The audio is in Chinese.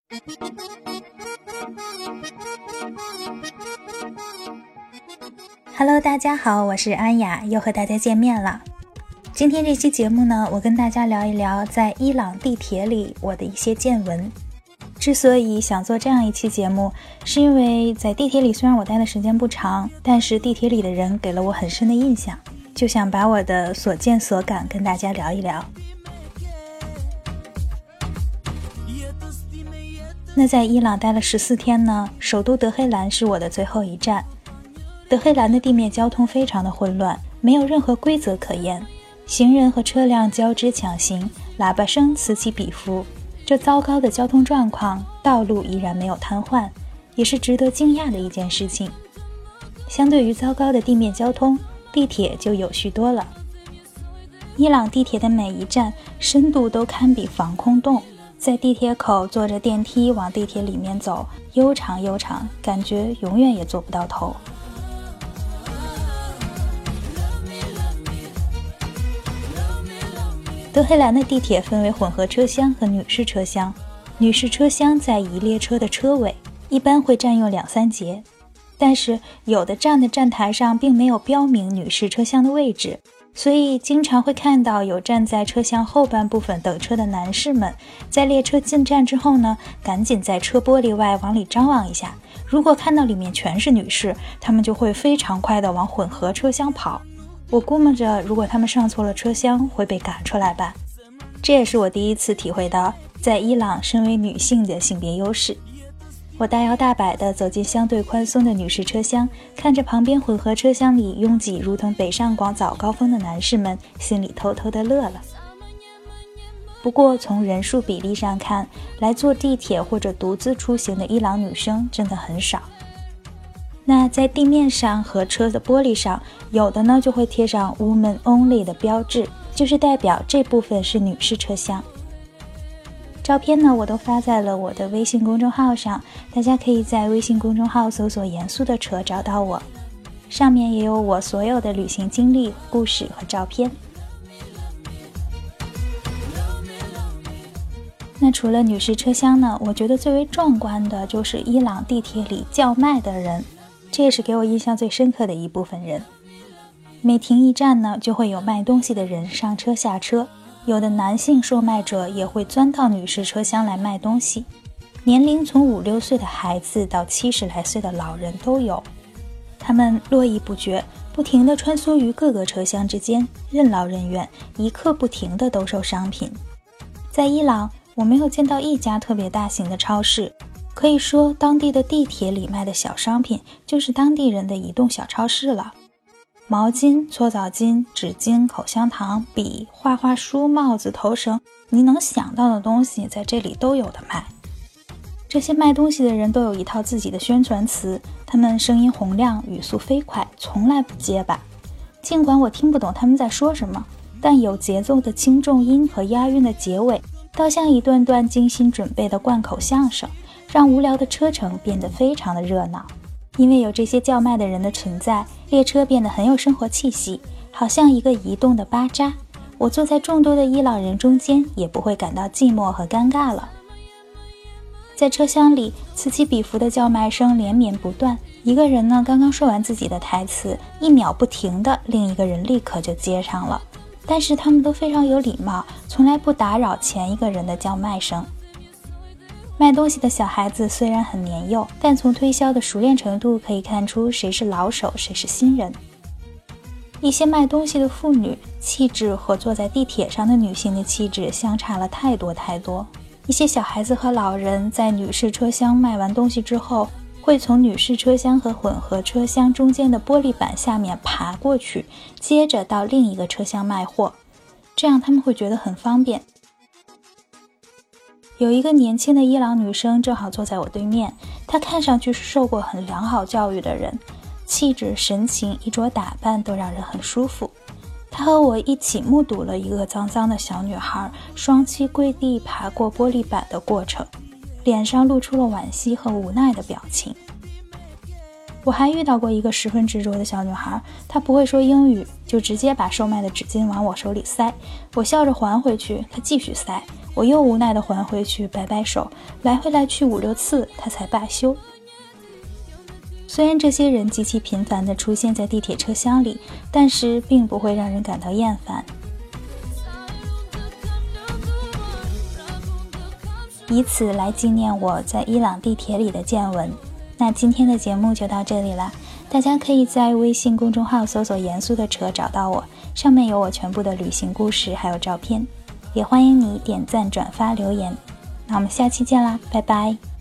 Hello， 大家好，我是安雅，又和大家见面了。今天这期节目呢，我跟大家聊一聊在伊朗地铁里我的一些见闻。之所以想做这样一期节目，是因为在地铁里虽然我待的时间不长，但是地铁里的人给了我很深的印象，就想把我的所见所感跟大家聊一聊。那在伊朗待了14天呢，首都德黑兰是我的最后一站。德黑兰的地面交通非常的混乱，没有任何规则可言，行人和车辆交织抢行，喇叭声此起彼伏。这糟糕的交通状况，道路依然没有瘫痪，也是值得惊讶的一件事情。相对于糟糕的地面交通，地铁就有序多了。伊朗地铁的每一站深度都堪比防空洞，在地铁口坐着电梯往地铁里面走，悠长悠长，感觉永远也坐不到头。德黑兰的地铁分为混合车厢和女士车厢，女士车厢在一列车的车尾，一般会占用2-3节，但是有的站的站台上并没有标明女士车厢的位置，所以经常会看到有站在车厢后半部分等车的男士们，在列车进站之后呢，赶紧在车玻璃外往里张望一下，如果看到里面全是女士，他们就会非常快地往混合车厢跑。我估摸着如果他们上错了车厢会被赶出来吧。这也是我第一次体会到在伊朗身为女性的性别优势。我大摇大摆地走进相对宽松的女士车厢，看着旁边混合车厢里拥挤如同北上广早高峰的男士们，心里偷偷地乐了。不过从人数比例上看，来坐地铁或者独自出行的伊朗女生真的很少。那在地面上和车的玻璃上，有的呢就会贴上 Women Only 的标志，就是代表这部分是女士车厢。照片呢我都发在了我的微信公众号上，大家可以在微信公众号搜索严肃的扯找到我，上面也有我所有的旅行经历、故事和照片。那除了女士车厢呢，我觉得最为壮观的就是伊朗地铁里叫卖的人，这也是给我印象最深刻的一部分人。每停一站呢，就会有卖东西的人上车下车，有的男性售卖者也会钻到女士车厢来卖东西，年龄从5-6岁的孩子到70来岁的老人都有。他们络绎不绝，不停地穿梭于各个车厢之间，任劳任怨，一刻不停地兜售商品。在伊朗，我没有见到一家特别大型的超市，可以说当地的地铁里卖的小商品就是当地人的移动小超市了。毛巾、搓澡巾、纸巾、口香糖、笔、画画书、帽子、头绳，你能想到的东西在这里都有的卖。这些卖东西的人都有一套自己的宣传词，他们声音洪亮，语速飞快，从来不结巴。尽管我听不懂他们在说什么，但有节奏的轻重音和押韵的结尾倒像一段段精心准备的贯口相声，让无聊的车程变得非常的热闹。因为有这些叫卖的人的存在，列车变得很有生活气息，好像一个移动的巴扎。我坐在众多的伊朗人中间，也不会感到寂寞和尴尬了。在车厢里，此起彼伏的叫卖声连绵不断。一个人呢，刚刚说完自己的台词，1秒不停的，另一个人立刻就接上了。但是他们都非常有礼貌，从来不打扰前一个人的叫卖声。卖东西的小孩子虽然很年幼，但从推销的熟练程度可以看出谁是老手，谁是新人。一些卖东西的妇女气质和坐在地铁上的女性的气质相差了太多太多。一些小孩子和老人在女士车厢卖完东西之后，会从女士车厢和混合车厢中间的玻璃板下面爬过去，接着到另一个车厢卖货，这样他们会觉得很方便。有一个年轻的伊朗女生正好坐在我对面，她看上去是受过很良好教育的人，气质、神情、衣着打扮都让人很舒服。她和我一起目睹了一个脏脏的小女孩双膝跪地爬过玻璃板的过程，脸上露出了惋惜和无奈的表情。 我还遇到过一个十分执着的小女孩，她不会说英语，就直接把售卖的纸巾往我手里塞，我笑着还回去，她继续塞，我又无奈地还回去，摆摆手，来回来去5、6次，她才罢休。虽然这些人极其频繁地出现在地铁车厢里，但是并不会让人感到厌烦。以此来纪念我在伊朗地铁里的见闻。那今天的节目就到这里了，大家可以在微信公众号搜索严肃的扯找到我，上面有我全部的旅行故事还有照片，也欢迎你点赞转发留言。那我们下期见啦，拜拜。